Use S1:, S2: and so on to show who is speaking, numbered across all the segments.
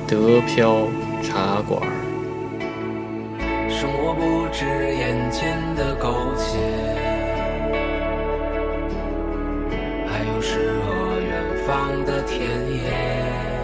S1: 德飘茶馆。
S2: 生活不止眼前的苟且，还有诗和远方的田野。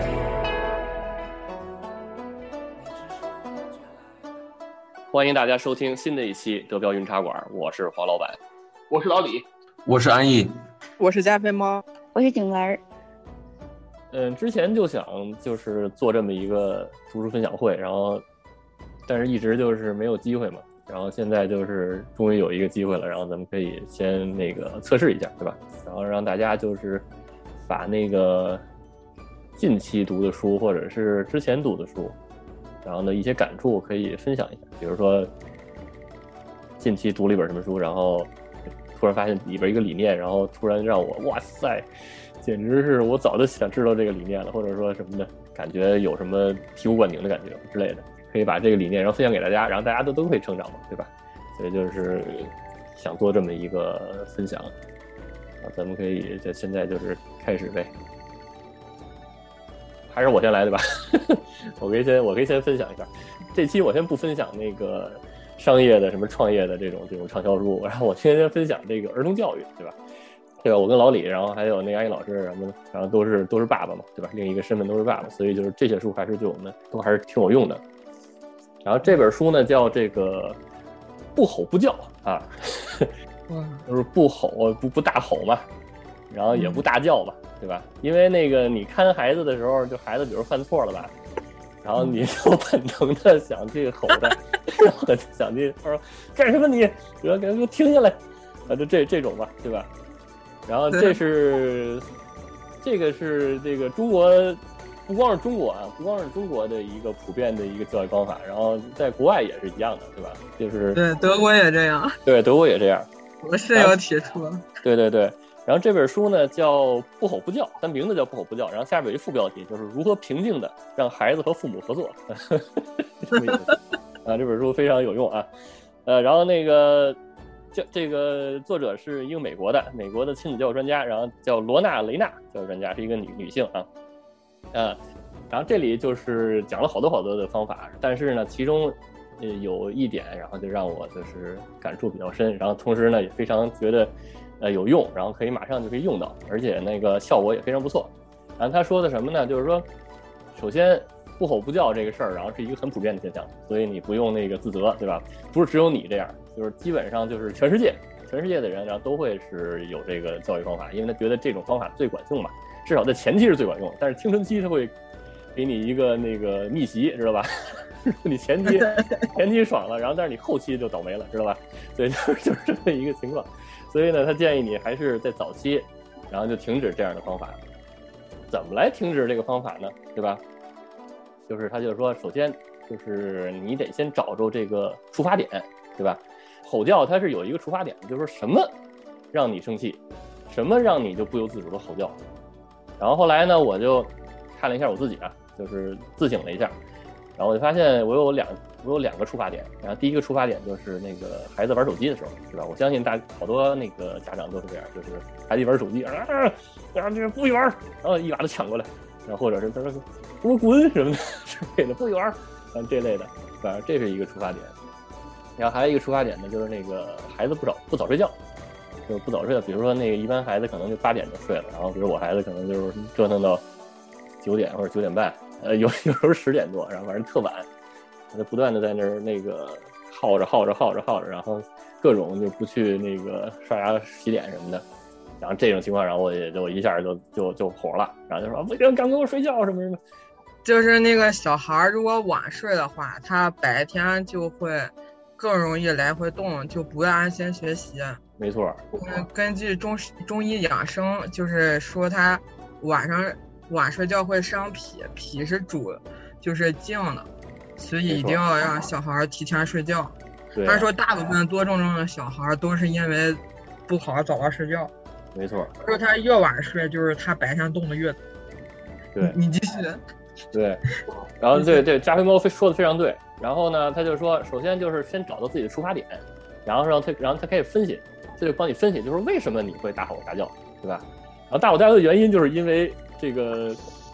S1: 欢迎大家收听新的一期德飘云茶馆，我是黄老板，
S3: 我是老李，
S4: 我是安逸，
S5: 我是加菲猫，
S6: 我是景文。
S1: 之前就想就是做这么一个读书分享会，然后但是一直就是没有机会嘛，然后现在就是终于有一个机会了，然后咱们可以先那个测试一下，对吧？然后让大家就是把那个近期读的书或者是之前读的书，然后呢一些感触可以分享一下，比如说近期读了一本什么书，然后突然发现里边一个理念，然后突然让我哇塞，简直是我早就想知道这个理念了，或者说什么的感觉有什么醍醐灌顶的感觉之类的，可以把这个理念然后分享给大家，然后大家都可以成长嘛，对吧？所以就是想做这么一个分享，咱们可以就现在就是开始呗。还是我先来对吧？我可以先分享一下。这期我先不分享那个商业的什么创业的这种畅销书，然后我先分享这个儿童教育，对吧？对吧？我跟老李，然后还有那个安逸老师，然后都是爸爸嘛，对吧？另一个身份都是爸爸，所以就是这些书还是对我们都还是挺有用的。然后这本书呢叫这个不吼不叫啊，就是不吼不大吼嘛，然后也不大叫嘛，对吧？因为那个你看孩子的时候，就孩子比如犯错了吧，然后你就本能的想去吼他，然后想去说干什么你，然后给他停下来啊，就这种吧，对吧？然后这个是这个中国，不光是中国啊，不光是中国的一个普遍的一个教育方法，然后在国外也是一样的，对吧？就是
S5: 对德国也这样，
S1: 对德国也这样。
S5: 我室友提出，
S1: 对对对。然后这本书呢叫不吼不叫，它名字叫不吼不叫，然后下边有一副标题，就是如何平静的让孩子和父母合作。什么意思啊？这本书非常有用啊。然后那个这个作者是一个美国的亲子教育专家，然后叫罗娜雷纳教育专家，是一个女性啊。然后这里就是讲了好多的方法，但是呢其中有一点，然后就让我就是感触比较深，然后同时呢也非常觉得有用，然后可以马上就可以用到，而且那个效果也非常不错。然后他说的什么呢，就是说首先不吼不叫这个事儿，然后是一个很普遍的现象，所以你不用那个自责，对吧？不是只有你这样，就是基本上就是全世界的人，然后都会是有这个教育方法，因为他觉得这种方法最管用嘛，至少在前期是最管用，但是青春期他会给你一个那个逆袭，知道吧？你前期爽了，然后但是你后期就倒霉了，知道吧？所以就是这么一个情况。所以呢，他建议你还是在早期，然后就停止这样的方法。怎么来停止这个方法呢？对吧？就是他就是说，首先就是你得先找着这个触发点，对吧？吼叫它是有一个触发点，就是说什么让你生气，什么让你就不由自主的吼叫。然后后来呢，我就看了一下我自己啊，就是自省了一下，然后我就发现我有两个触发点。然后第一个触发点就是那个孩子玩手机的时候，是吧？我相信好多那个家长都是这样，就是孩子一玩手机这个不许玩，然后一把就抢过来，然后或者是他说给我滚什么的之类的，不许玩，这类的，反正这是一个触发点。然后还有一个触发点呢，就是那个孩子不早睡觉，就是不早睡觉。比如说那个一般孩子可能就8点就睡了，然后比如我孩子可能就是折腾到9点或者9点半，有时候10点多，然后反正特晚，就不断的在那儿那个耗着，然后各种就不去那个刷牙洗脸什么的。然后这种情况，然后我也就一下就火了，然后就说不行，赶给我睡觉什么什么。
S5: 就是那个小孩如果晚睡的话，他白天就会更容易来回动，就不安心学习。
S1: 没错。
S5: 根据中医养生，就是说他晚睡觉会伤脾，脾是主就是静的，所以一定要让小孩提前睡觉。他说大部分多动症的小孩都是因为不好早睡觉。
S1: 没错。
S5: 他说他越晚睡，就是他白天动的越多。
S1: 对，
S5: 你继续。
S1: 对，然后对，加菲猫说的非常对。然后呢，他就说，首先就是先找到自己的出发点，然后他可以分析，他就帮你分析，就是为什么你会大吼大叫，对吧？然后大吼大叫的原因就是因为这个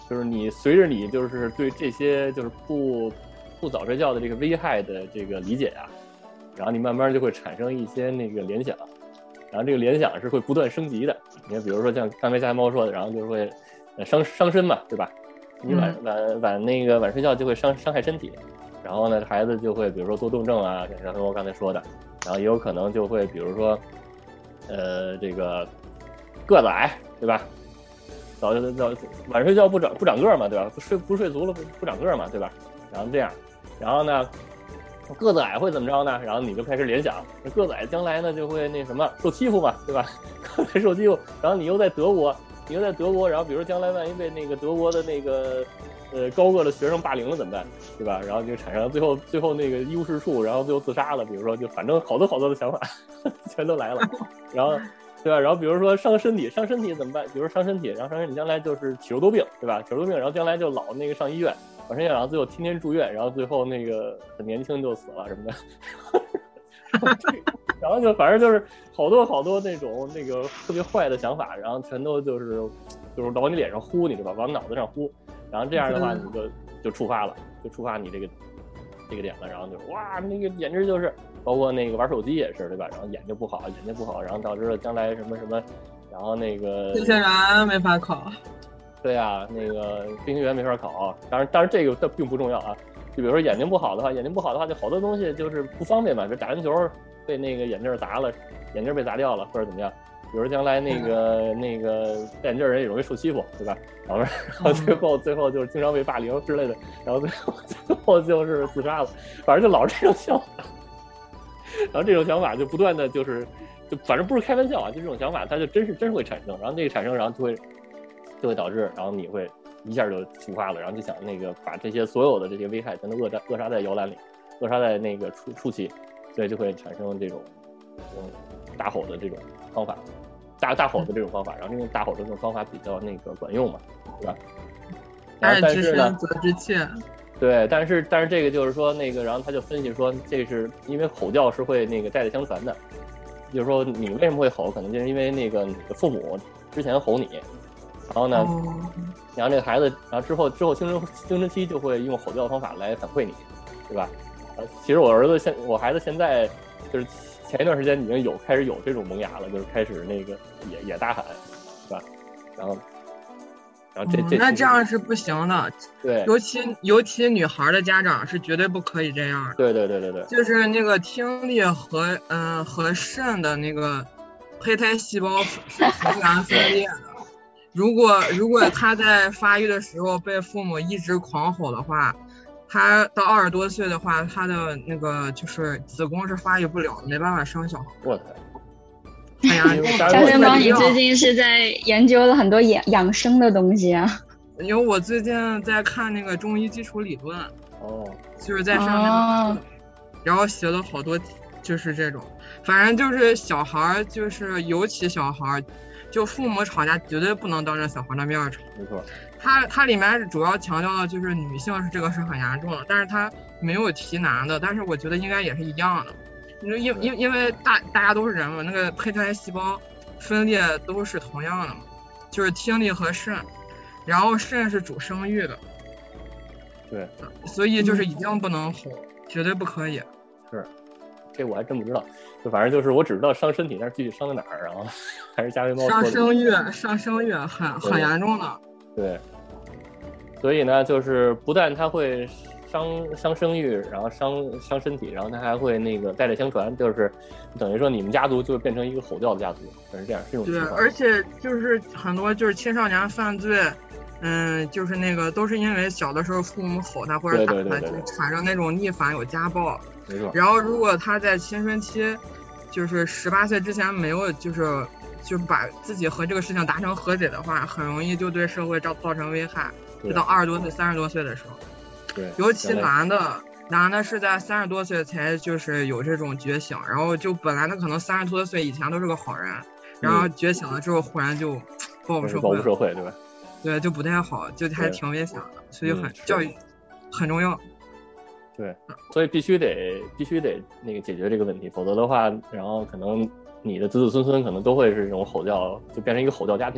S1: 就是你随着你就是对这些就是不早睡觉的这个危害的这个理解啊，然后你慢慢就会产生一些那个联想，然后这个联想是会不断升级的。你看，比如说像刚才家猫说的，然后就是会伤身嘛，对吧？你晚睡觉就会伤害身体，然后呢，孩子就会比如说多动症啊，像我刚才说的，然后也有可能就会比如说这个个子矮，对吧？晚睡觉不长个嘛，对吧？不睡足了不长个嘛，对吧？然后这样，然后呢，个子矮会怎么着呢？然后你就开始联想，个子矮将来呢就会那什么受欺负嘛，对吧？个子矮受欺负，然后你又在德国，然后比如将来万一被那个德国的那个高个的学生霸凌了怎么办，对吧？然后就产生最后那个一无是处，然后最后自杀了，比如说就反正好多的想法全都来了，然后。对吧？然后比如说伤身体怎么办？比如说伤身体，然后伤身体将来就是体弱多病，对吧？体弱多病，然后将来就老那个上医院，然后最后天天住院，然后最后那个很年轻就死了什么的。然后就反正就是好多那种那个特别坏的想法，然后全都就是往你脸上呼你，对吧？往脑子上呼，然后这样的话你就触发你这个点了，然后就哇那个简直就是。包括那个玩手机也是，对吧？然后眼睛不好，然后导致了将来什么，然后那个
S5: 飞行员没法考。
S1: 对啊，那个飞行员没法考。当然这个并不重要啊。就比如说眼睛不好的话，就好多东西就是不方便嘛。比如打篮球被那个眼镜砸了，眼镜被砸掉了，或者怎么样。比如将来那个戴眼镜人也容易受欺负，对吧？然后最后就是经常被霸凌之类的，然后最后就是自杀了。反正就老是这种想法。然后这种想法就不断的就反正不是开玩笑啊，就这种想法它就真会产生，然后这个产生，然后就会导致，然后你会一下就触发了，然后就想那个把这些所有的这些危害全都扼杀在摇篮里，扼杀在那个初期，所以就会产生这种大吼的这种方法，大吼的这种方法，然后因为大吼的这种方法比较那个管用嘛，对吧？
S5: 但是呢，责之切。
S1: 对，但是这个就是说那个，然后他就分析说，这是因为吼叫是会那个代代相传的，就是说你为什么会吼，可能就是因为那个你的父母之前吼你，然后呢，然后这个孩子，然后之后青春期就会用吼叫的方法来反馈你，对吧？其实我孩子现在就是前一段时间已经开始有这种萌芽了，就是开始那个也大喊，是吧？然后
S5: 那这样是不行的，
S1: 对，
S5: 尤其女孩的家长是绝对不可以这样
S1: 的。对，
S5: 就是那个听力和肾的那个胚胎细胞是同源分裂的。如果他在发育的时候被父母一直狂吼的话，他到20多岁的话，他的那个就是子宫是发育不了的，没办法生小孩。
S1: 我操！
S5: 哎呀，
S3: 小轩帮你最近是在研究了很多养生的东西啊？
S5: 因为我最近在看那个中医基础理论，就是在上面然后写了好多，就是这种，反正就是小孩，就是尤其小孩，就父母吵架绝对不能当着小孩的面吵。
S1: 没错，
S5: 它里面主要强调的就是女性是这个是很严重的，但是它没有提男的，但是我觉得应该也是一样的。因为大家都是人嘛，那个胚胎细胞分裂都是同样的嘛，就是听力和肾，然后肾是主生育的，
S1: 对，
S5: 所以就是一定不能吼，绝对不可以。
S1: 是，这我还真不知道，就反正就是我只知道伤身体，但是具体伤在哪儿，然后还是加菲猫说
S5: 的。上声乐很严重的。
S1: 对，所以呢，就是不但它会伤生育，然后伤身体，然后它还会那个代代相传，就是等于说你们家族就会变成一个吼叫的家族，是这样，这种情况。
S5: 对，而且就是很多就是青少年犯罪，就是那个都是因为小的时候父母吼他或者打他，就产生那种逆反，有家暴。
S1: 没错。
S5: 然后如果他在青春期，就是18岁之前没有就把自己和这个事情达成和解的话，很容易就对社会造成危害，就到20多岁、30多岁的时候。
S1: 对，
S5: 尤其男的是在30多岁才就是有这种觉醒，然后就本来他可能30多岁以前都是个好人，然后觉醒了之后忽然就报复社
S1: 会，对吧？
S5: 对，就不太好，就还挺危险的，所以教育很重要。
S1: 对，所以必须得那个解决这个问题，否则的话，然后可能你的子孙可能都会是这种吼叫，就变成一个吼叫家庭了。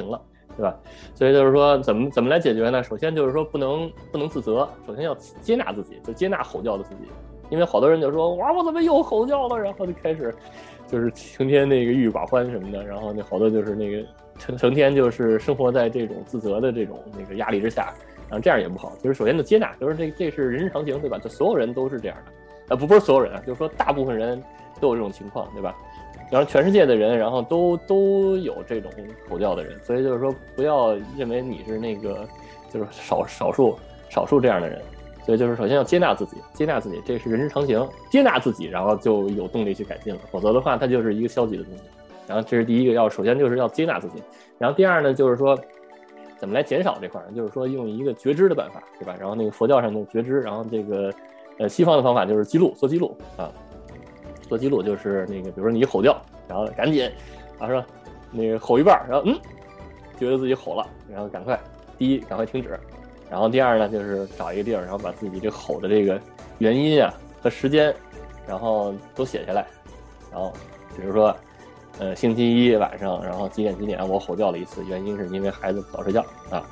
S1: 对吧？所以就是说怎么来解决呢？首先就是说不能自责，首先要接纳自己，就接纳吼叫的自己。因为好多人就说哇，我怎么又吼叫了，然后就开始就是成天那个郁郁寡欢什么的，然后那好多就是那个成天就是生活在这种自责的这种那个压力之下，然后这样也不好。就是首先的接纳，就是这是人之常情，对吧？就所有人都是这样的，不是所有人啊，就是说大部分人都有这种情况，对吧？然后全世界的人，然后都有这种吼叫的人，所以就是说不要认为你是那个就是少数这样的人。所以就是首先要接纳自己，这是人之常情，接纳自己，然后就有动力去改进了，否则的话它就是一个消极的东西。然后这是第一个，首先就是要接纳自己。然后第二呢，就是说怎么来减少这块，就是说用一个觉知的办法，对吧？然后那个佛教上的觉知，然后这个西方的方法就是做记录啊，做记录就是那个比如说你吼叫，然后赶紧说那个吼一半，然后觉得自己吼了，然后赶快停止。然后第二呢，就是找一个地儿，然后把自己这吼的这个原因啊和时间，然后都写下来。然后比如说，星期一晚上，然后几点我吼叫了一次，原因是因为孩子不早睡觉啊。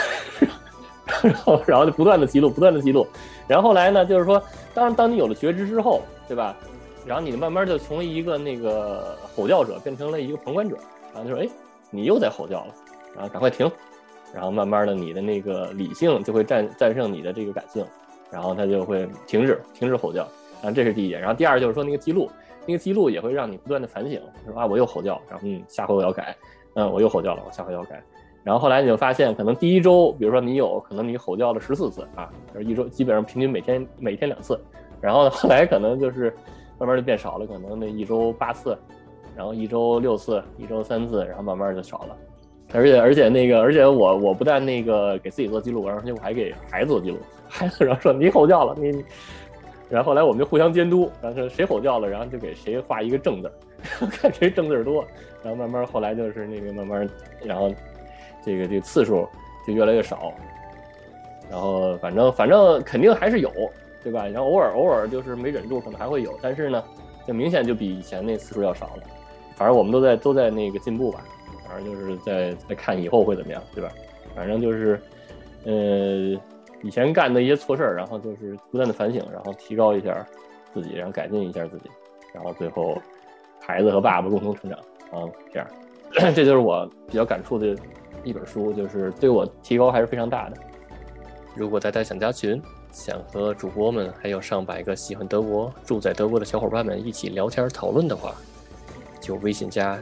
S1: 然后就不断的记录。然后后来呢，就是说，当你有了觉知之后，对吧？然后你慢慢就从一个那个吼叫者变成了一个旁观者，然后就说，你又在吼叫了，然后赶快停。然后慢慢的你的那个理性就会战胜你的这个感性，然后它就会停止吼叫。然后这是第一点。然后第二就是说那个记录也会让你不断的反省，说我又吼叫，然后下回我要改，我又吼叫了，我下回要改。然后后来你就发现，可能第一周，比如说可能你吼叫了14次啊，一周基本上平均每天2次。然后后来可能就是慢慢就变少了，可能那一周8次，然后一周6次，一周3次，然后慢慢就少了。而且我不但那个给自己做记录，而且我还给孩子做记录。孩子然后说你吼叫了，然后后来我们就互相监督，然后说谁吼叫了，然后就给谁画一个正字，看谁正字多。然后慢慢后来就是那个慢慢，然后这个次数就越来越少。然后反正肯定还是有，对吧？然后偶尔就是没忍住，可能还会有，但是呢，就明显就比以前那次数要少了。反正我们都在那个进步吧。反正就是在看以后会怎么样，对吧？反正就是以前干的一些错事儿，然后就是不断的反省，然后提高一下自己，然后改进一下自己，然后最后孩子和爸爸共同成长，然后这样。这就是我比较感触的一本书，就是对我提高还是非常大的。如果大家想加群，想和主播们还有上百个喜欢德国、住在德国的小伙伴们一起聊天讨论的话，就微信加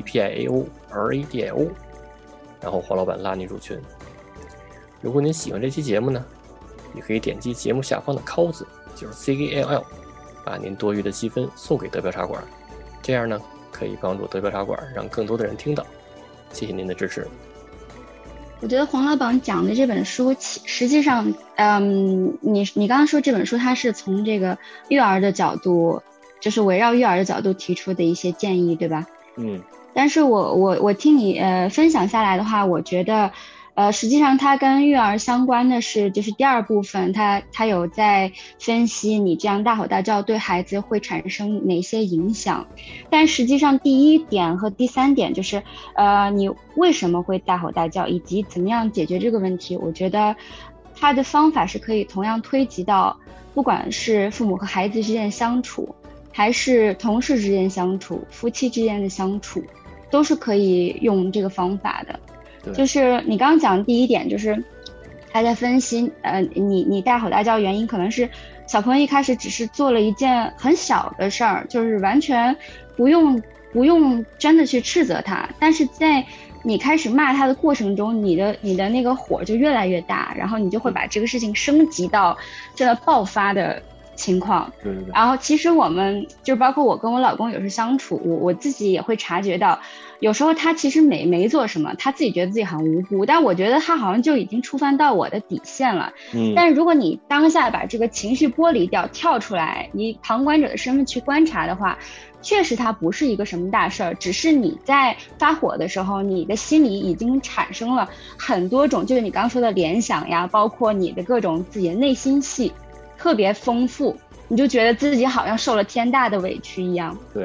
S1: DEPIAORADIO， 然后黄老板拉你入群。如果您喜欢这期节目呢，也可以点击节目下方的call字，就是 CALL， 把您多余的积分送给德标茶馆，这样呢可以帮助德标茶馆让更多的人听到。谢谢您的支持。
S3: 我觉得黄老板讲的这本书，实际上，你刚刚说这本书它是从这个育儿的角度。就是围绕育儿的角度提出的一些建议，对吧？但是我听你分享下来的话，我觉得实际上它跟育儿相关的是，就是第二部分，它有在分析你这样大吼大叫对孩子会产生哪些影响。但实际上第一点和第3点就是你为什么会大吼大叫，以及怎么样解决这个问题，我觉得它的方法是可以同样推及到不管是父母和孩子之间的相处，还是同事之间相处，夫妻之间的相处，都是可以用这个方法的。就是你刚刚讲的第一点，就是他在分析你大吼大叫原因，可能是小朋友一开始只是做了一件很小的事儿，就是完全不用真的去斥责他，但是在你开始骂他的过程中，你的那个火就越来越大，然后你就会把这个事情升级到真的爆发的情况。
S1: 对。
S3: 然后其实我们就包括我跟我老公有时相处，我自己也会察觉到，有时候他其实没做什么，他自己觉得自己很无辜，但我觉得他好像就已经触犯到我的底线了。但是如果你当下把这个情绪剥离掉，跳出来，以旁观者的身份去观察的话，确实它不是一个什么大事儿，只是你在发火的时候，你的心里已经产生了很多种，就是你刚刚说的联想呀，包括你的各种自己的内心戏特别丰富，你就觉得自己好像受了天大的委屈一样。
S1: 对，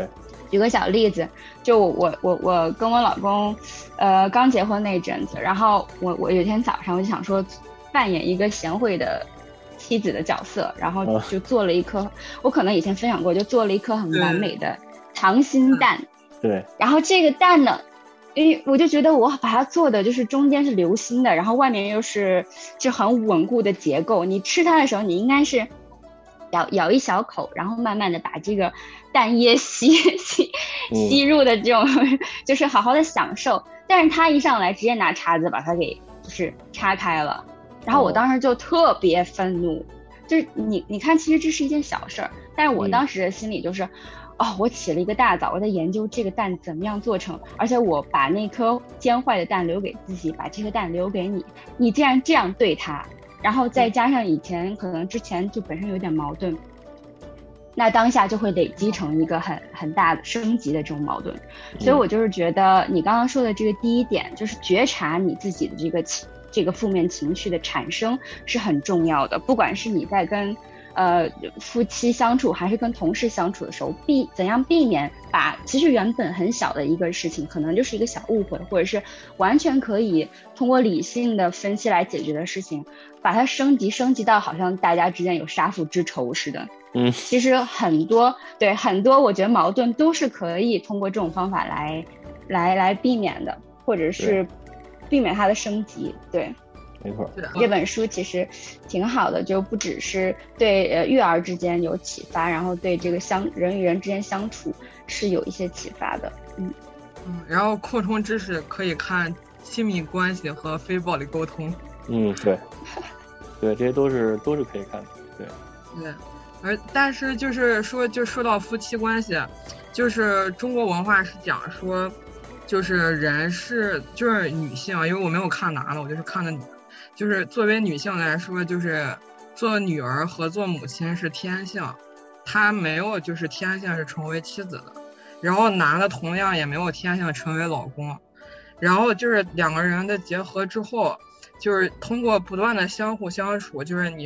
S3: 举个小例子，就我跟我老公，刚结婚那阵子，然后我有天早上我就想说，扮演一个贤惠的妻子的角色，然后就做了一颗，我可能以前分享过，就做了一颗很完美的溏心蛋。
S1: 对。
S3: 然后这个蛋呢，因为我就觉得我把它做的就是中间是流心的，然后外面又是就很稳固的结构，你吃它的时候，你应该是咬一小口，然后慢慢的把这个蛋液吸入的这种，就是好好的享受。但是他一上来直接拿叉子把它给就是叉开了，然后我当时就特别愤怒，就是你看，其实这是一件小事儿，但是我当时的心里就是，我起了一个大早，我在研究这个蛋怎么样做成，而且我把那颗煎坏的蛋留给自己，把这个蛋留给你，你竟然这样对它。然后再加上以前可能之前就本身有点矛盾，那当下就会累积成一个很大的升级的这种矛盾。所以我就是觉得你刚刚说的这个第一点，就是觉察你自己的这个负面情绪的产生是很重要的。不管是你在跟夫妻相处还是跟同事相处的时候，怎样避免把其实原本很小的一个事情，可能就是一个小误会，或者是完全可以通过理性的分析来解决的事情，把它升级到好像大家之间有杀父之仇似的。其实很多我觉得矛盾都是可以通过这种方法来避免的，或者是避免它的升级。对，
S1: 没错。
S3: 这本书其实挺好的，就不只是对育儿之间有启发，然后对这个人与人之间相处是有一些启发的。
S5: 然后扩充知识可以看亲密关系和非暴力沟通。
S1: 对，这些都是可以看的。
S5: 对。但是就说到夫妻关系，就是中国文化是讲说，就是就是女性，因为我没有看男的，我就是看的女的，就是作为女性来说，就是做女儿和做母亲是天性，她没有就是天性是成为妻子的，然后男的同样也没有天性成为老公，然后就是两个人的结合之后，就是通过不断的相互相处，就是女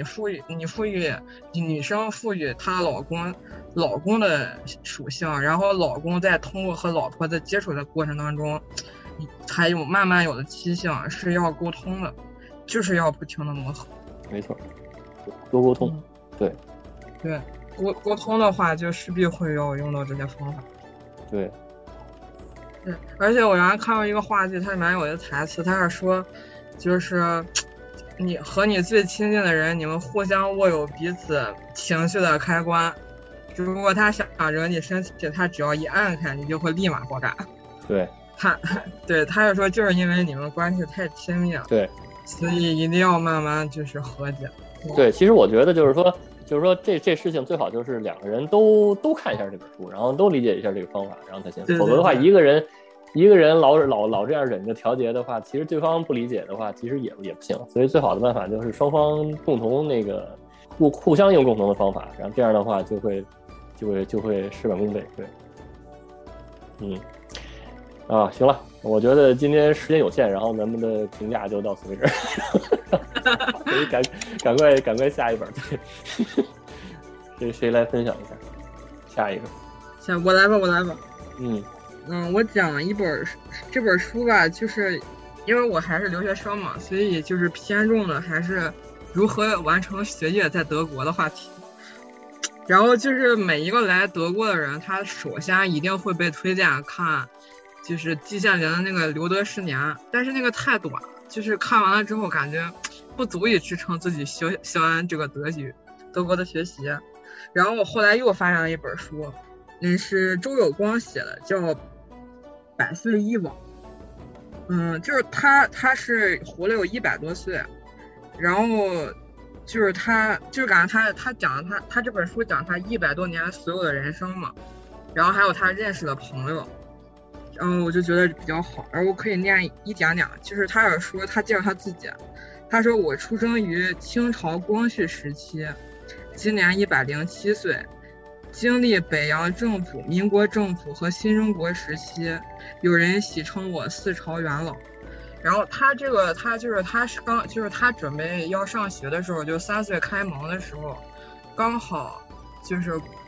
S5: 生赋予她老公的属性，然后老公在通过和老婆的接触的过程当中，还有慢慢有的妻性是要沟通的，就是要不停的磨合。
S1: 没错，多沟通。对，
S5: 沟通的话就势必会要用到这些方法。
S1: 对，
S5: 而且我原来看过一个话剧，它里面有一个台词，它是说，就是你和你最亲近的人，你们互相握有彼此情绪的开关，如果他想惹你生气，他只要一按开，你就会立马爆炸。
S1: 对，
S5: 他就说，就是因为你们关系太亲密了，
S1: 对，
S5: 所以一定要慢慢就是和解。
S1: 对，其实我觉得就是说这事情最好就是两个人都看一下这本书，然后都理解一下这个方法，然后才行。否则的话，一个人老这样忍着调节的话，其实对方不理解的话，其实也不行。所以最好的办法就是双方共同那个互相用共同的方法，然后这样的话就会事半功倍。对，行了，我觉得今天时间有限，然后咱们的评价就到此为止。所以赶快下一本。对，谁来分享一下下一个？
S5: 我来吧。我讲这本书吧，就是因为我还是留学生嘛，所以就是偏重的还是如何完成学业在德国的话题。然后就是每一个来德国的人，他首先一定会被推荐看就是季羡林的那个《留德10年》，但是那个太短，就是看完了之后感觉不足以支撑自己学完这个德国的学习。然后我后来又发现了一本书，那是周有光写的，叫《百岁医王》。就是他是活了有100多岁，然后就是他就是感觉他讲他这本书讲他100多年所有的人生嘛，然后还有他认识的朋友，然后我就觉得比较好。而我可以念一点点，就是他也说他介绍他自己，他说我出生于清朝光绪时期，今年107岁，经历北洋政府、民国政府和新中国时期，有人戏称我4朝元老。然后他准备要上学的时候，就3岁开蒙的时候，刚好就是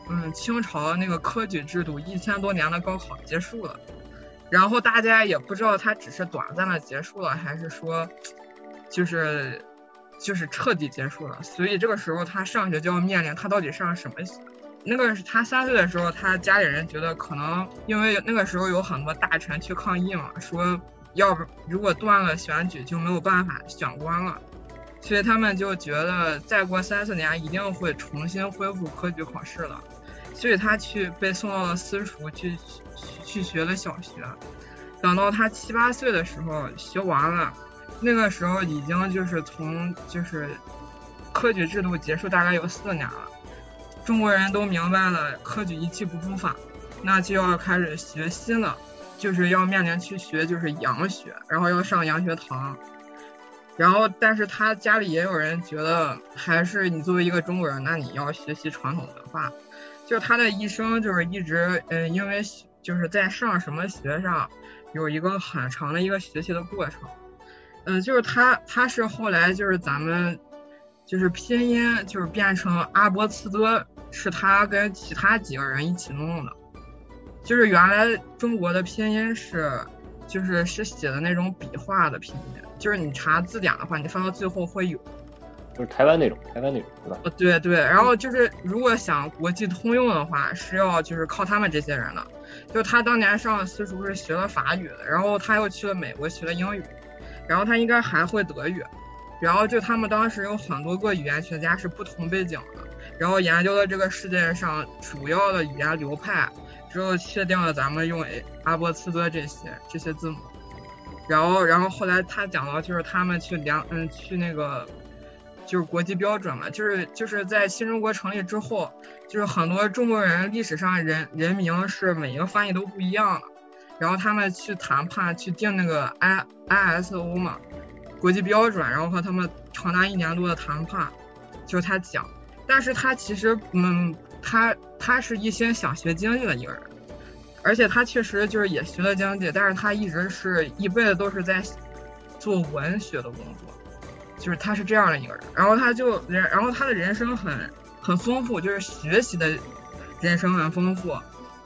S5: 清朝那个科举制度1000多年的高考结束了，然后大家也不知道它只是短暂的结束了，还是说就是彻底结束了。所以这个时候他上学就要面临他到底上什么学。那个他3岁的时候，他家里人觉得可能因为那个时候有很多大臣去抗议嘛，说如果断了选举就没有办法选官了，所以他们就觉得再过3-4年一定会重新恢复科举考试了，所以他被送到了私塾去学了小学。等到他7、8岁的时候学完了，那个时候已经从科举制度结束大概有4年了，中国人都明白了科举一去不复返，那就要开始学新的，要面临去学洋学，然后要上洋学堂。然后但是他家里也有人觉得还是你作为一个中国人，那你要学习传统文化。他的一生一直因为在上什么学上有一个很长的一个学习的过程。他是后来咱们拼音变成阿波茨德，是他跟其他几个人一起弄的。原来中国的拼音是写的那种笔画的拼音，你查字典的话，你翻到最后会有，
S1: 台湾那种是吧？
S5: 对对。然后如果想国际通用的话，是要靠他们这些人的。他当年上私塾是学了法语的，然后他又去了美国学了英语，然后他应该还会德语。然后他们当时有很多个语言学家是不同背景的，然后研究了这个世界上主要的语言流派之后，确定了咱们用阿波茨德这些字母。然后后来他讲到他们去那个国际标准嘛，在新中国成立之后，很多中国人历史上人名是每一个翻译都不一样的，然后他们去谈判去定那个 ISO 嘛国际标准，然后和他们长达1年多的谈判，他讲。但是他其实他是一心想学经济的一个人，而且他确实也学了经济，但是他一辈子都是在做文学的工作，他是这样的一个人。然后他的人生很丰富，学习的人生很丰富。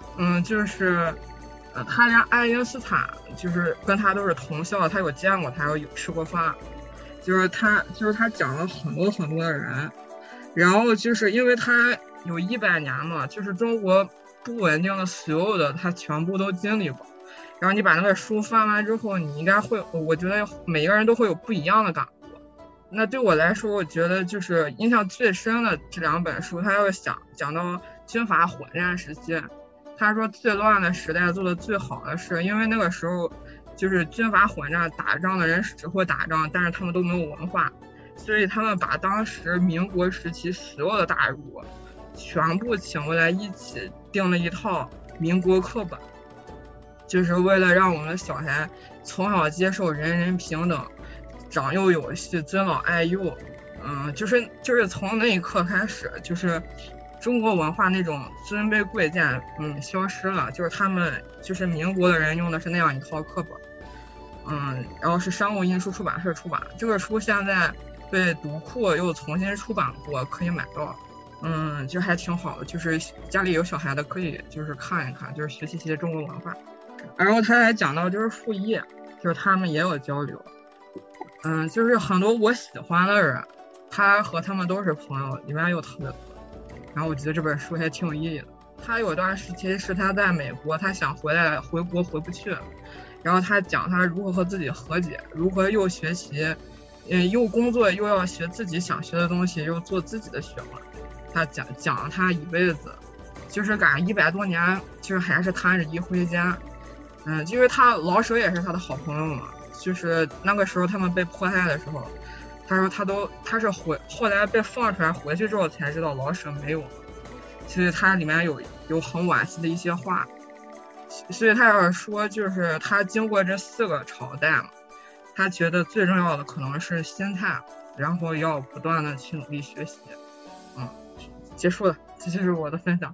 S5: 他连爱因斯坦跟他都是同校，他有见过他，有吃过饭。他讲了很多很多的人，然后因为他有100年嘛，中国不稳定的所有的他全部都经历过。然后你把那个书翻完之后，你应该会，我觉得每个人都会有不一样的感悟。那对我来说，我觉得印象最深的这2本书，他要讲到军阀混战时期。他说最乱的时代做的最好的是，因为那个时候军阀混战，打仗的人只会打仗，但是他们都没有文化，所以他们把当时民国时期所有的大儒全部请过来一起定了一套民国课本，为了让我们的小孩从小接受人人平等，长幼有序，尊老爱幼。从那一刻开始，中国文化那种尊卑贵贱消失了，他们民国的人用的是那样一套课本。然后是商务印书出版社出版，这个书现在被读库又重新出版过，可以买到。还挺好的，家里有小孩的可以看一看，学习中国文化。然后他还讲到傅毅，他们也有交流。很多我喜欢的人，他和他们都是朋友，里面有特别多。然后我觉得这本书还挺有意义的。他有段时期是他在美国，他想回国回不去，然后他讲他如何和自己和解，如何又学习，又工作又要学自己想学的东西，又做自己的学问。他讲了他一辈子，赶100多年，还是摊着一挥间。他老舍也是他的好朋友嘛，那个时候他们被迫害的时候，他说他是后来被放出来回去之后才知道老舍没有，所以他里面有很惋惜的一些话。所以他要说他经过这4个朝代嘛，他觉得最重要的可能是心态，然后要不断的去努力学习。结束了，这就是我的分享。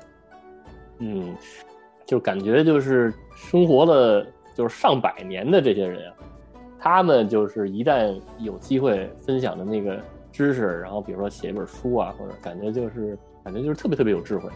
S1: 就感觉生活了上百年的这些人啊，他们一旦有机会分享的那个知识，然后比如说写一本书啊，或者感觉特别特别有智慧。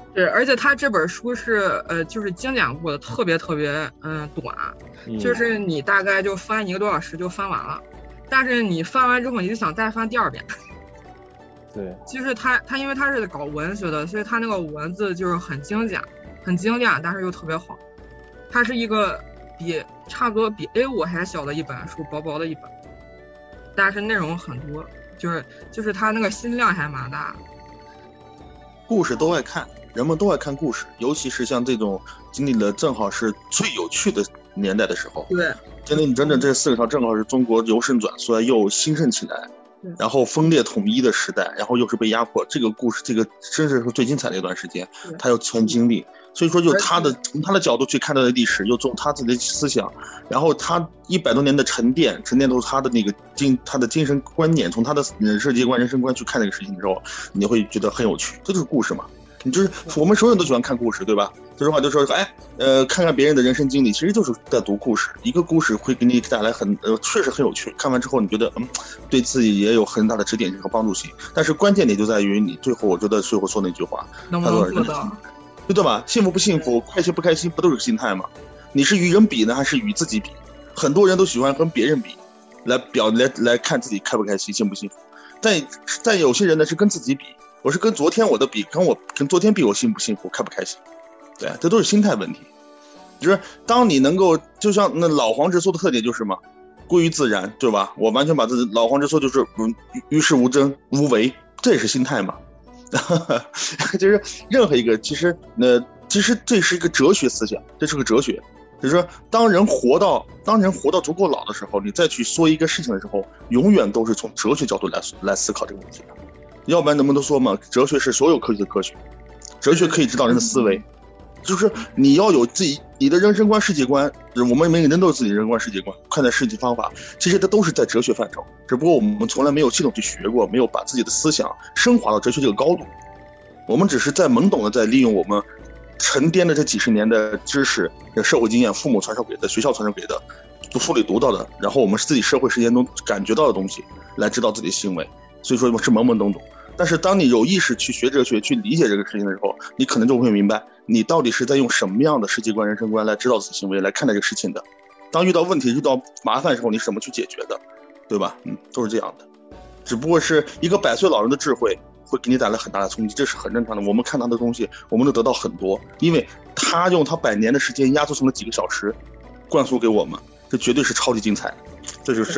S5: 对，而且他这本书是就是精简过的，特别短，就是你大概就翻1个多小时就翻完了，但是你翻完之后你就想再翻第2遍。
S1: 对，
S5: 就是他因为他是搞文学的，所以他那个文字就是很精简、很精炼，但是又特别好。它是一个差不多比 A5 还小的一本书，薄薄的一本，但是内容很多，就是他那个心量还蛮大。
S4: 故事都爱看，人们都爱看故事，尤其是像这种经历了正好是最有趣的年代的时候。
S5: 对，
S4: 真的这4个朝正好是中国由盛转衰又兴盛起来，然后分裂统一的时代，然后又是被压迫，这个故事真是最精彩的一段时间，他又全经历，所以说就从他的角度去看待的历史，又从他自己的思想，然后他100多年的沉淀都是他的他的精神观念，从他的世界观人生观去看这个事情的时候，你会觉得很有趣，这就是故事嘛。你就是我们所有人都喜欢看故事，对吧？这句话就说，看看别人的人生经历，其实就是在读故事。一个故事会给你带来确实很有趣。看完之后，你觉得对自己也有很大的指点性和帮助性。但是关键点就在于你最后，我觉得最后说那句话，
S5: 能不能做到？
S4: 对吧？幸福不幸福，开心不开心，不都是心态吗？你是与人比呢，还是与自己比？很多人都喜欢和别人比，来看自己开不开心，幸不幸福。但有些人呢是跟自己比。我是跟昨天我的比，跟昨天比，我幸不幸福，开不开心？对，这都是心态问题。就是当你能够，就像那老黄直说的特点就是嘛，归于自然，对吧？我完全把老黄直说就是于事无争无为，这也是心态嘛。就是任何一个，其实这是一个哲学思想，这是个哲学。就是说，当人活到足够老的时候，你再去说一个事情的时候，永远都是从哲学角度来思考这个问题的。要不然人们都说嘛，哲学是所有科学的科学，哲学可以指导人的思维，就是你要有你的人生观、世界观，我们每个人都有自己的人生观、世界观，看待世界方法，其实它都是在哲学范畴，只不过我们从来没有系统去学过，没有把自己的思想升华到哲学这个高度，我们只是在懵懂的在利用我们沉淀的这几十年的知识、社会经验、父母传授给的、学校传授给的、书里读到的，然后我们自己社会实践中感觉到的东西来指导自己的行为，所以说是懵懵懂懂。但是当你有意识去学哲学，去理解这个事情的时候，你可能就会明白，你到底是在用什么样的世界观、人生观来指导自己行为，来看待这个事情的。当遇到问题、遇到麻烦的时候，你是怎么去解决的，对吧？都是这样的。只不过是一个100岁老人的智慧会给你带来很大的冲击，这是很正常的。我们看他的东西，我们能得到很多，因为他用他100年的时间压缩成了几个小时，灌输给我们，这绝对是超级精彩的。这就是。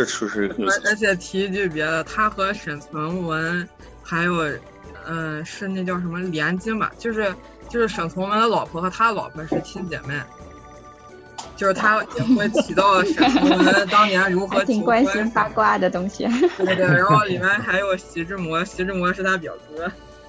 S5: 而且提一句别的，他和沈从文。还有，是那叫什么联金吧？就是沈从文的老婆和他老婆是亲姐妹，就是他也会提到沈从文当年如何
S3: 挺关心八卦的东西。
S5: 对，然后里面还有徐志摩是他表哥。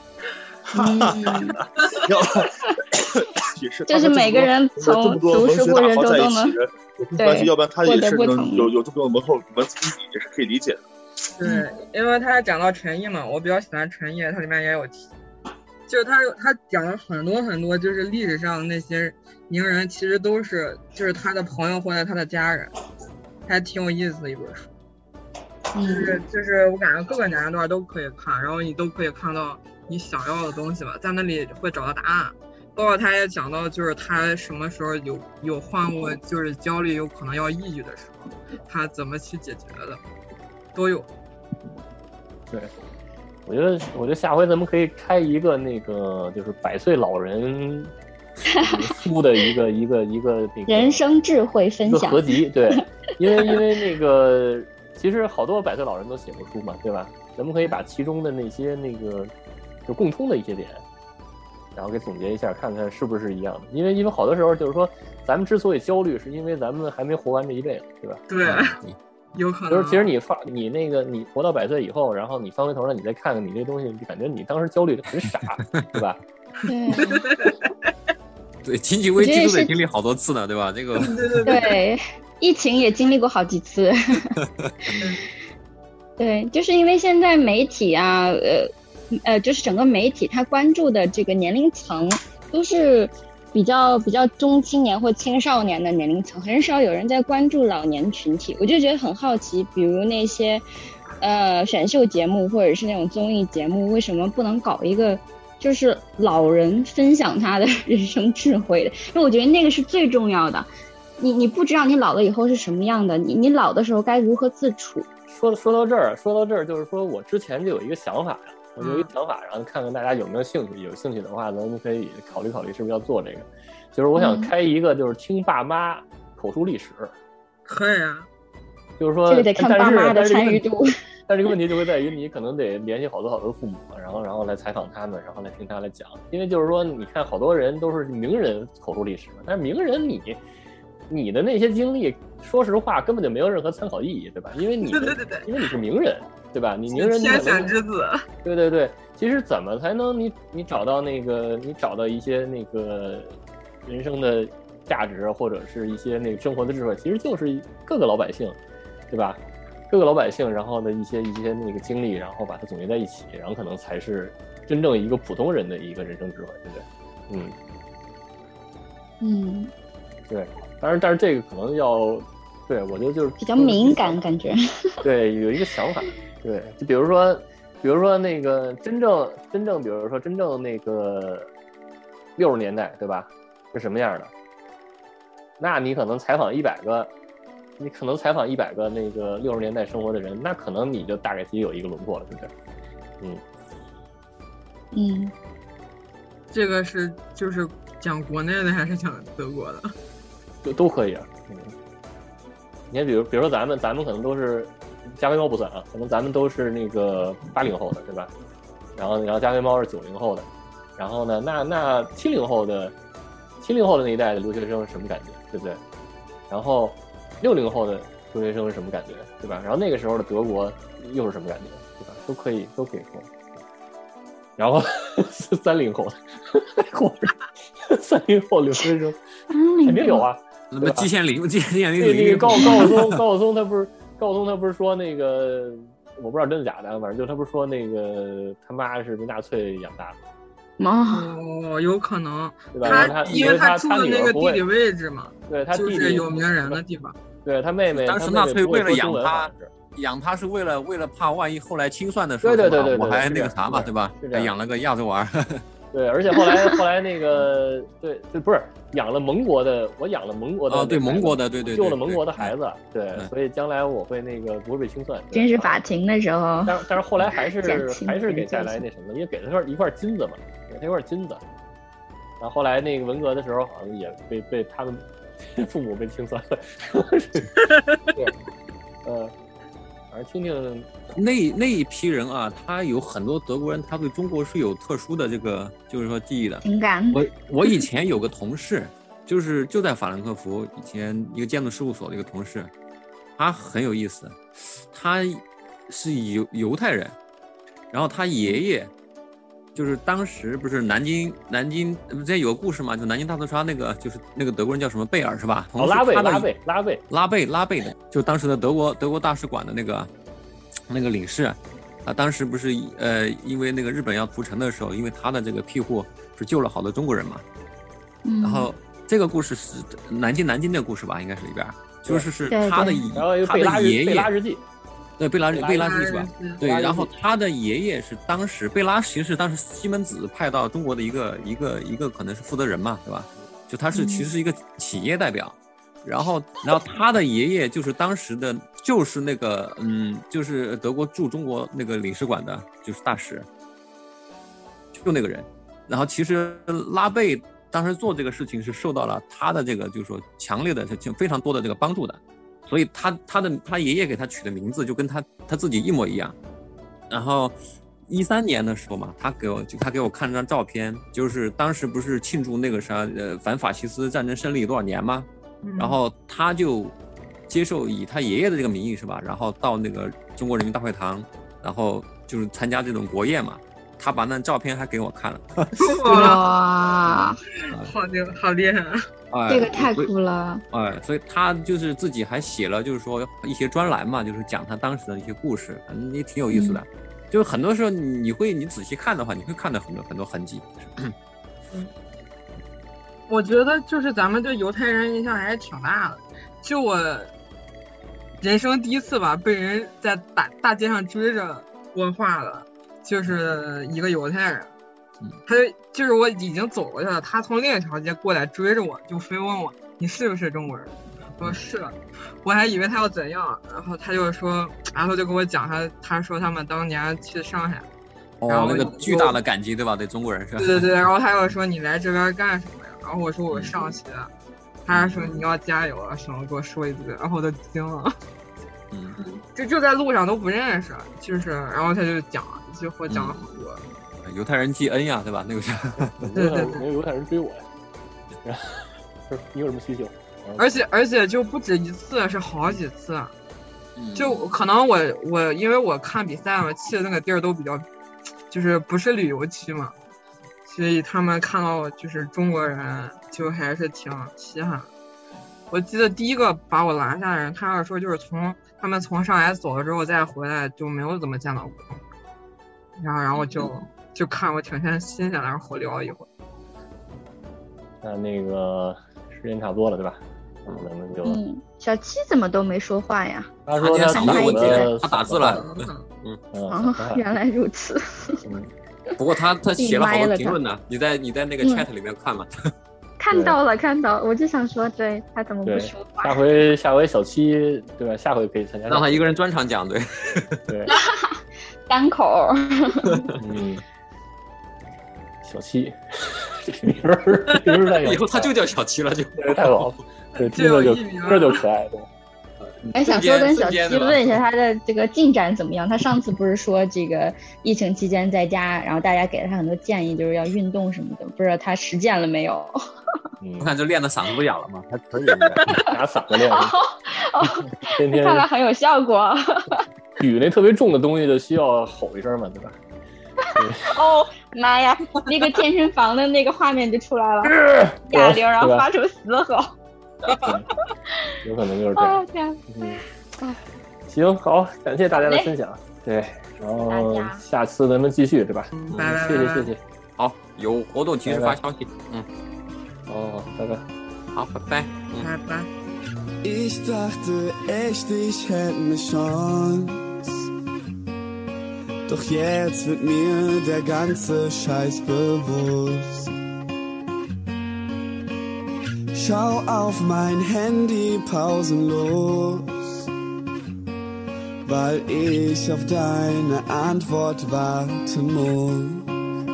S3: 就是每个人从读书过程中都能
S4: 对，要不然他也是能有这么多文字底也是可以理解的。
S5: 对，因为他讲到陈毅嘛，我比较喜欢陈毅，他里面也有提，就是他讲了很多，就是历史上那些名人，其实都是就是他的朋友或者他的家人，还挺有意思的一本书。就是我感觉各个年龄段都可以看，然后你都可以看到你想要的东西吧，在那里会找到答案。包括他也讲到，就是他什么时候有患过就是焦虑，有可能要抑郁的时候，他怎么去解决的。都有。
S1: 对，我觉得下回咱们可以开一个那个就是100岁老人书的一个那个
S3: 人生智慧分享
S1: 合集。对，因为那个其实好多100岁老人都写过书嘛，对吧？咱们可以把其中的那些那个就共通的一些点，然后给总结一下，看看是不是一样的。因为好多时候就是说，咱们之所以焦虑，是因为咱们还没活完这一辈子，对吧？
S5: 对。有可能
S1: 就是其实你活到100岁以后，然后你翻回头来，你再看看你这东西，你感觉你当时焦虑的很傻，对吧？
S6: 对，经济危机都得经历好多次呢，对吧？这个
S3: 对，疫情也经历过好几次。对，就是因为现在媒体啊，就是整个媒体它关注的这个年龄层都是比较中青年或青少年的年龄层，很少有人在关注老年群体。我就觉得很好奇，比如那些选秀节目或者是那种综艺节目，为什么不能搞一个就是老人分享他的人生智慧的，因为我觉得那个是最重要的。你不知道你老了以后是什么样的，你老的时候该如何自处。
S1: 说到这儿，就是说我之前就有一个想法，然后看看大家有没有兴趣，有兴趣的话，咱们可以考虑考虑是不是要做这个。就是我想开一个，就是听爸妈口述历史。
S5: 可以啊。
S1: 就是说，
S3: 这个得看爸妈的参与度。
S1: 但这个问题就会在于，你可能得联系好多父母，然后来采访他们，然后来听他来讲。因为就是说，你看好多人都是名人口述历史嘛，但是名人你的那些经历，说实话根本就没有任何参考意义，对吧？因为因为你是名人，对吧？你名人
S5: 天选之子。
S1: 对。其实怎么才能你找到一些那个人生的价值，或者是一些那个生活的智慧，其实就是各个老百姓，对吧？各个老百姓，然后的一些那个经历，然后把它总结在一起，然后可能才是真正一个普通人的一个人生智慧，对不对？对。但是这个可能要，对，我觉得就是
S3: 比较敏感感觉。
S1: 对，有一个想法，对，就比如说那个真正，比如说真正那个60年代，对吧？是什么样的？那你可能采访100个那个60年代生活的人，那可能你就大概其有一个轮廓了，对不
S3: 对？
S5: 这个是就是讲国内的还是讲德国的？
S1: 都可以啊。你看，比如说咱们可能都是加菲猫不算啊，可能咱们都是那个80后的，对吧？然后加菲猫是90后的，然后呢，那70后的那一代的留学生是什么感觉，对不对？然后60后的留学生是什么感觉，对吧？然后那个时候的德国又是什么感觉，对吧？都可以说。然后30后的30后留学生肯定有啊。
S6: 那么季羡林
S1: 那个高晓松他不是说那个，我不知道真的假的，反正就他不是说那个他妈是被纳粹养大的
S5: 吗？有可能，
S1: 对吧？
S5: 因为他住的那个地理位置嘛，
S1: 对，他
S5: 就是有名人的地方。
S1: 对他妹妹，
S6: 当时纳粹为了养他是为了怕万一后来清算的时候，
S1: 对，
S6: 我还那个啥嘛，对吧？还养了个亚洲娃。
S1: 对，而且后来那个对，不是养了盟国的，我养了盟国的
S6: 对盟国的，对，
S1: 救了盟国的孩子，对，所以将来我会那个不会被清算。
S3: 军事法庭的时候，
S1: 但是后来还是给带来那什么，因为给他一块金子嘛，给他一块金子。然后后来那个文革的时候，好像也被他们父母被清算了。对，反正听听。
S6: 那一批人啊，他有很多德国人，他对中国是有特殊的这个，就是说记忆的
S3: 情感。
S6: 我以前有个同事，就在法兰克福以前一个建筑事务所的一个同事，他很有意思，他是犹太人，然后他爷爷就是当时不是南京之前有个故事嘛，就南京大屠杀那个就是那个德国人叫什么贝尔是吧？
S1: 拉贝
S6: 的，就当时的德国大使馆的那个领事，当时不是因为那个日本要屠城的时候，因为他的这个庇护是救了好多中国人嘛。然后这个故事是南京的故事吧，应该是里边，就是他的爷爷
S1: 贝拉日记，
S6: 对贝拉日记是吧？对，然后他的爷爷是当时贝拉其实是当时西门子派到中国的一个可能是负责人嘛，对吧？就他是其实是一个企业代表。然后他的爷爷就是当时的，就是那个就是德国驻中国那个领事馆的，就是大使，就那个人。然后其实拉贝当时做这个事情是受到了他的这个就是说强烈的就非常多的这个帮助的，所以他爷爷给他取的名字就跟他自己一模一样。然后13年的时候嘛，他给我看了张照片，就是当时不是庆祝那个啥反法西斯战争胜利多少年吗？然后他就接受以他爷爷的这个名义是吧，然后到那个中国人民大会堂，然后就是参加这种国宴嘛，他把那照片还给我看了。
S3: 哇，
S5: 好厉害
S3: 啊！这个太酷了。
S6: 所以他就是自己还写了就是说一些专栏嘛，就是讲他当时的一些故事，反正也挺有意思的。就是很多时候你仔细看的话，你会看到很多痕迹。
S5: 我觉得就是咱们对犹太人印象还是挺大的。就我人生第一次吧，被人在大街上追着问话的，就是一个犹太人， 他就是我已经走过去了，他从另一条街过来追着我，就非问我你是不是中国人？我说是，我还以为他要怎样，然后他就说，然后就跟我讲他说他们当年去上海，然后
S6: 那个巨大的感激对吧？对中国人是吧？
S5: 对，然后他又说你来这边干什么呀？然后我说我上学，他还说你要加油啊什么，给我说一堆，然后我都惊了。就在路上都不认识，就是然后他就讲，就和我讲了好多。
S6: 犹太人记恩呀，对吧？那个是。
S5: 对，
S1: 没有犹太人追我呀。你有什么需求？
S5: 而且就不止一次，是好几次。就可能我因为我看比赛嘛，去的那个地儿都比较，就是不是旅游区嘛，所以他们看到就是中国人就还是挺稀罕的。我记得第一个把我拦下的人，他要说就是他们从上海走了之后再回来就没有怎么见到过，然后就看我挺新鲜的，然后和聊一会儿。
S1: 那个时间差不多了，对吧？咱们就
S3: 小七怎么都没说话呀？
S1: 他说
S6: 他打字了。
S3: 原来如此。
S6: 不过他写了好多评论呢，你在那个 chat 里面看吗？
S3: 看到了，我就想说，对他怎么不说话？
S1: 下回小七对吧？下回可以参加，
S6: 让他一个人专场讲，对。
S3: 单口。
S1: 小七，这名儿
S6: 以后他就叫小七了，就
S1: 太好了，对，听着就可爱。
S3: 还想说跟小七问一下他的这个进展怎么样？他上次不是说这个疫情期间在家，然后大家给了他很多建议，就是要运动什么的，不知道他实践了没有？
S6: 我看就练的嗓子不哑了吗？
S1: 还可以，拿嗓子练。天天
S3: 看来很有效果。
S1: 举那特别重的东西就需要吼一声嘛，对吧？
S3: 哦妈呀，那个健身房的那个画面就出来了，哑铃，然后发出嘶吼。
S1: 有可能就是这样。行，好，感谢大家的分享。对，然后下次咱们继续，对吧？谢谢。
S6: 好，有活动及时发消息。
S1: 拜拜。
S6: 好，拜拜。
S5: 拜拜。
S7: Ich dachte echt, ich hätte eine Chance. Doch jetzt wird mir der ganze Scheiß bewusst. Schau auf mein Handy pausenlos, weil ich auf deine Antwort warten muss.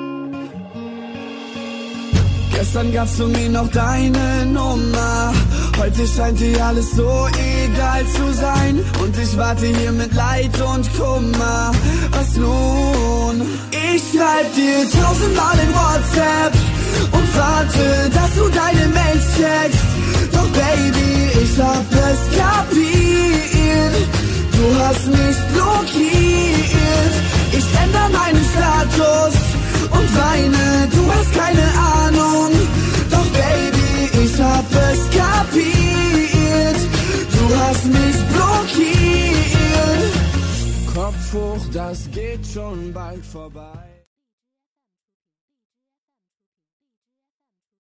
S7: Gestern gab's für mich noch deine Nummer. Heute scheint dir alles so egal zu sein. Und ich warte hier mit Leid und Kummer. Was nun? Ich schreib dir 1000-mal in WhatsApp und warte, dass du deine Mails checkst. Doch Baby, ich hab es kapiert. Du hast mich blockiert. Ich ändere meinen Status und weine, du hast keine Ahnung. Doch Baby, ich hab es kapiert. Du hast mich blockiert. Kopf hoch, das geht schon bald vorbei.